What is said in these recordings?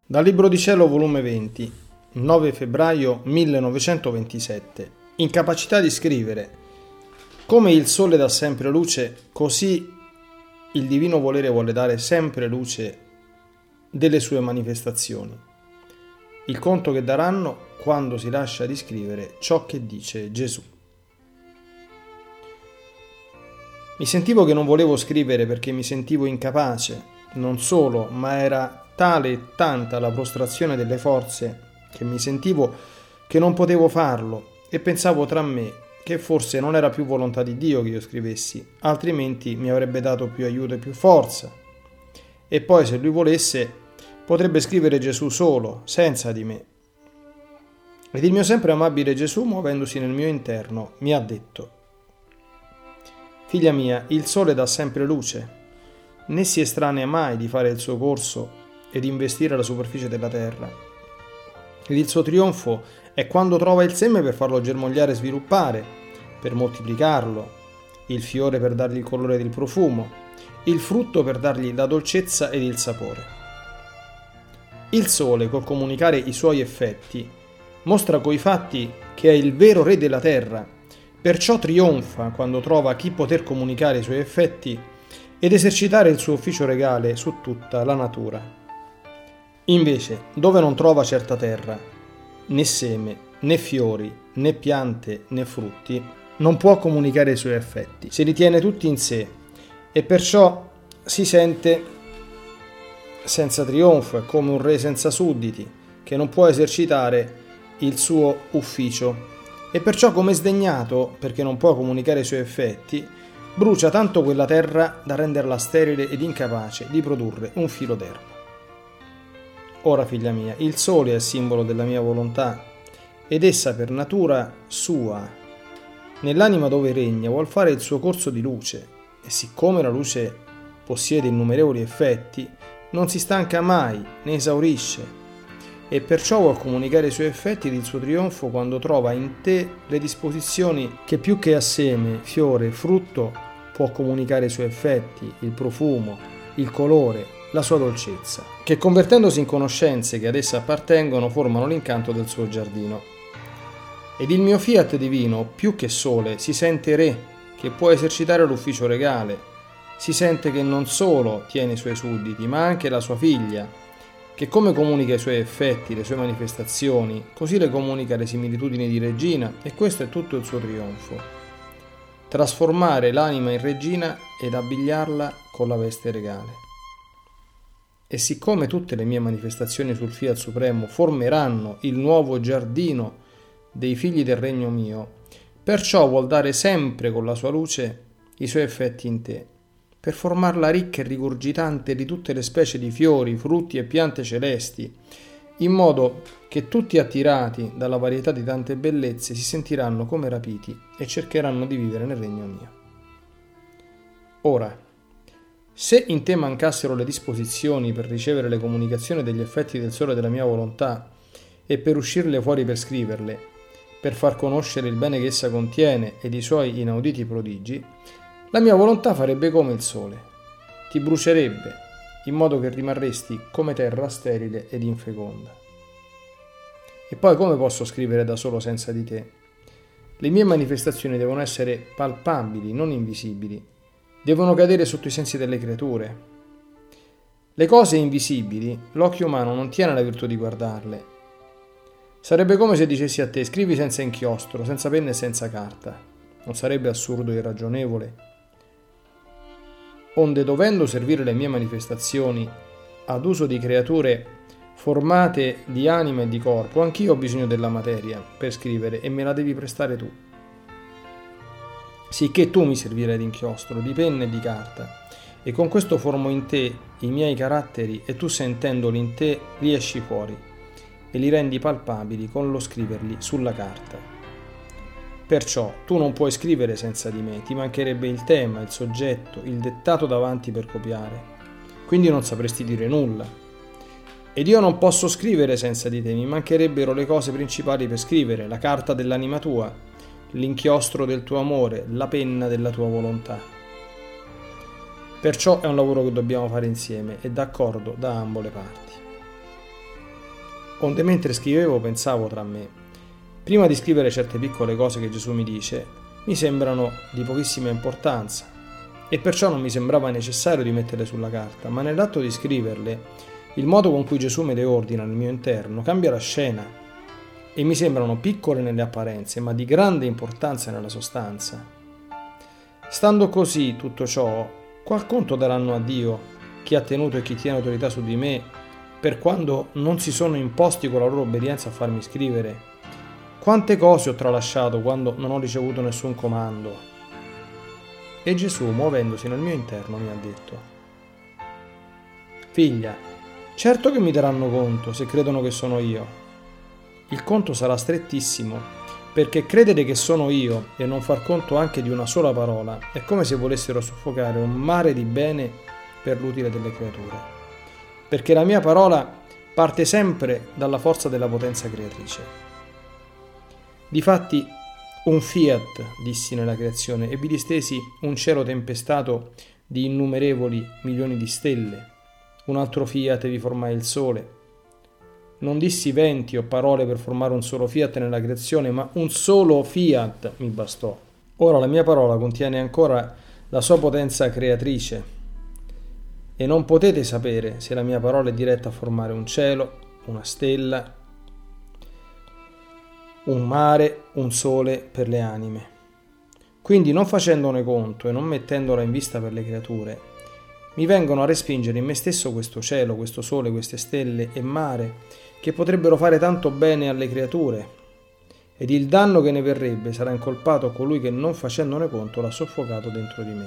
Dal Libro di Cielo, volume 20, 9 febbraio 1927. Incapacità di scrivere. Come il sole dà sempre luce, così il divino volere vuole dare sempre luce delle sue manifestazioni. Il conto che daranno quando si lascia di scrivere ciò che dice Gesù. Mi sentivo che non volevo scrivere perché mi sentivo incapace, non solo, ma era tale e tanta la prostrazione delle forze che mi sentivo che non potevo farlo e pensavo tra me che forse non era più volontà di Dio che io scrivessi, altrimenti mi avrebbe dato più aiuto e più forza. E poi se Lui volesse potrebbe scrivere Gesù solo, senza di me. Ed il mio sempre amabile Gesù, muovendosi nel mio interno, mi ha detto: Figlia mia, il sole dà sempre luce, né si estranea mai di fare il suo corso ed investire la superficie della terra. Ed il suo trionfo è quando trova il seme per farlo germogliare e sviluppare, per moltiplicarlo, il fiore per dargli il colore ed il profumo, il frutto per dargli la dolcezza ed il sapore. Il sole, col comunicare i suoi effetti, mostra coi fatti che è il vero re della terra, perciò trionfa quando trova chi poter comunicare i suoi effetti ed esercitare il suo ufficio regale su tutta la natura. Invece, dove non trova certa terra, né seme, né fiori, né piante, né frutti, non può comunicare i suoi effetti, si ritiene tutti in sé e perciò si sente senza trionfo, è come un re senza sudditi, che non può esercitare il suo ufficio e perciò come sdegnato, perché non può comunicare i suoi effetti, brucia tanto quella terra da renderla sterile ed incapace di produrre un filo d'erba. Ora, figlia mia, il sole è simbolo della mia volontà ed essa per natura sua, nell'anima dove regna, vuol fare il suo corso di luce e siccome la luce possiede innumerevoli effetti, non si stanca mai né esaurisce e perciò vuol comunicare i suoi effetti ed il suo trionfo quando trova in te le disposizioni che più che a seme, fiore, frutto può comunicare i suoi effetti, il profumo, il colore, la sua dolcezza, che convertendosi in conoscenze che ad essa appartengono formano l'incanto del suo giardino. Ed il mio fiat divino, più che sole, si sente re, che può esercitare l'ufficio regale, si sente che non solo tiene i suoi sudditi, ma anche la sua figlia, che come comunica i suoi effetti, le sue manifestazioni, così le comunica le similitudini di regina, e questo è tutto il suo trionfo. Trasformare l'anima in regina ed abbigliarla con la veste regale. E siccome tutte le mie manifestazioni sul Fiat Supremo formeranno il nuovo giardino dei figli del regno mio, perciò vuol dare sempre con la sua luce i suoi effetti in te, per formarla ricca e rigurgitante di tutte le specie di fiori, frutti e piante celesti, in modo che tutti attirati dalla varietà di tante bellezze si sentiranno come rapiti e cercheranno di vivere nel regno mio. Ora, se in te mancassero le disposizioni per ricevere le comunicazioni degli effetti del sole della mia volontà e per uscirle fuori per scriverle, per far conoscere il bene che essa contiene ed i suoi inauditi prodigi, la mia volontà farebbe come il sole, ti brucerebbe, in modo che rimarresti come terra sterile ed infeconda. E poi come posso scrivere da solo senza di te? Le mie manifestazioni devono essere palpabili, non invisibili, devono cadere sotto i sensi delle creature. Le cose invisibili, l'occhio umano non tiene la virtù di guardarle. Sarebbe come se dicessi a te: scrivi senza inchiostro, senza penna e senza carta. Non sarebbe assurdo e irragionevole? Onde, dovendo servire le mie manifestazioni ad uso di creature formate di anima e di corpo, anch'io ho bisogno della materia per scrivere e me la devi prestare tu. Sicché tu mi servirai di inchiostro, di penna e di carta, e con questo formo in te i miei caratteri e tu sentendoli in te li esci fuori e li rendi palpabili con lo scriverli sulla carta. Perciò tu non puoi scrivere senza di me, ti mancherebbe il tema, il soggetto, il dettato davanti per copiare, quindi non sapresti dire nulla. Ed io non posso scrivere senza di te, mi mancherebbero le cose principali per scrivere, la carta dell'anima tua, l'inchiostro del tuo amore, la penna della tua volontà. Perciò è un lavoro che dobbiamo fare insieme e d'accordo da ambo le parti. onde mentre scrivevo pensavo tra me: prima di scrivere certe piccole cose che Gesù mi dice, mi sembrano di pochissima importanza e perciò non mi sembrava necessario di metterle sulla carta, ma nell'atto di scriverle, il modo con cui Gesù me le ordina nel mio interno cambia la scena e mi sembrano piccole nelle apparenze, ma di grande importanza nella sostanza. Stando così tutto ciò, qual conto daranno a Dio chi ha tenuto e chi tiene autorità su di me, per quando non si sono imposti con la loro obbedienza a farmi scrivere? Quante cose ho tralasciato quando non ho ricevuto nessun comando? E Gesù, muovendosi nel mio interno, mi ha detto: figlia, certo che mi daranno conto se credono che sono io. Il conto sarà strettissimo, perché credere che sono io e non far conto anche di una sola parola è come se volessero soffocare un mare di bene per l'utile delle creature. Perché la mia parola parte sempre dalla forza della potenza creatrice. Difatti, un fiat dissi nella creazione e vi distesi un cielo tempestato di innumerevoli milioni di stelle. Un altro fiat vi formai il sole. Non dissi venti o parole per formare un solo fiat nella creazione, ma un solo fiat mi bastò. Ora la mia parola contiene ancora la sua potenza creatrice e non potete sapere se la mia parola è diretta a formare un cielo, una stella, un mare, un sole per le anime. Quindi, non facendone conto e non mettendola in vista per le creature, mi vengono a respingere in me stesso questo cielo, questo sole, queste stelle e mare che potrebbero fare tanto bene alle creature, ed il danno che ne verrebbe sarà incolpato a colui che, non facendone conto, l'ha soffocato dentro di me.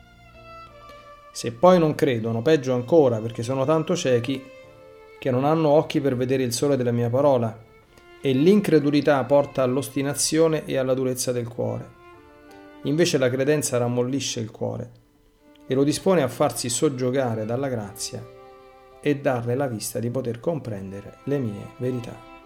Se poi non credono, peggio ancora, perché sono tanto ciechi che non hanno occhi per vedere il sole della mia parola, e l'incredulità porta all'ostinazione e alla durezza del cuore. Invece la credenza rammollisce il cuore e lo dispone a farsi soggiogare dalla grazia e darle la vista di poter comprendere le mie verità.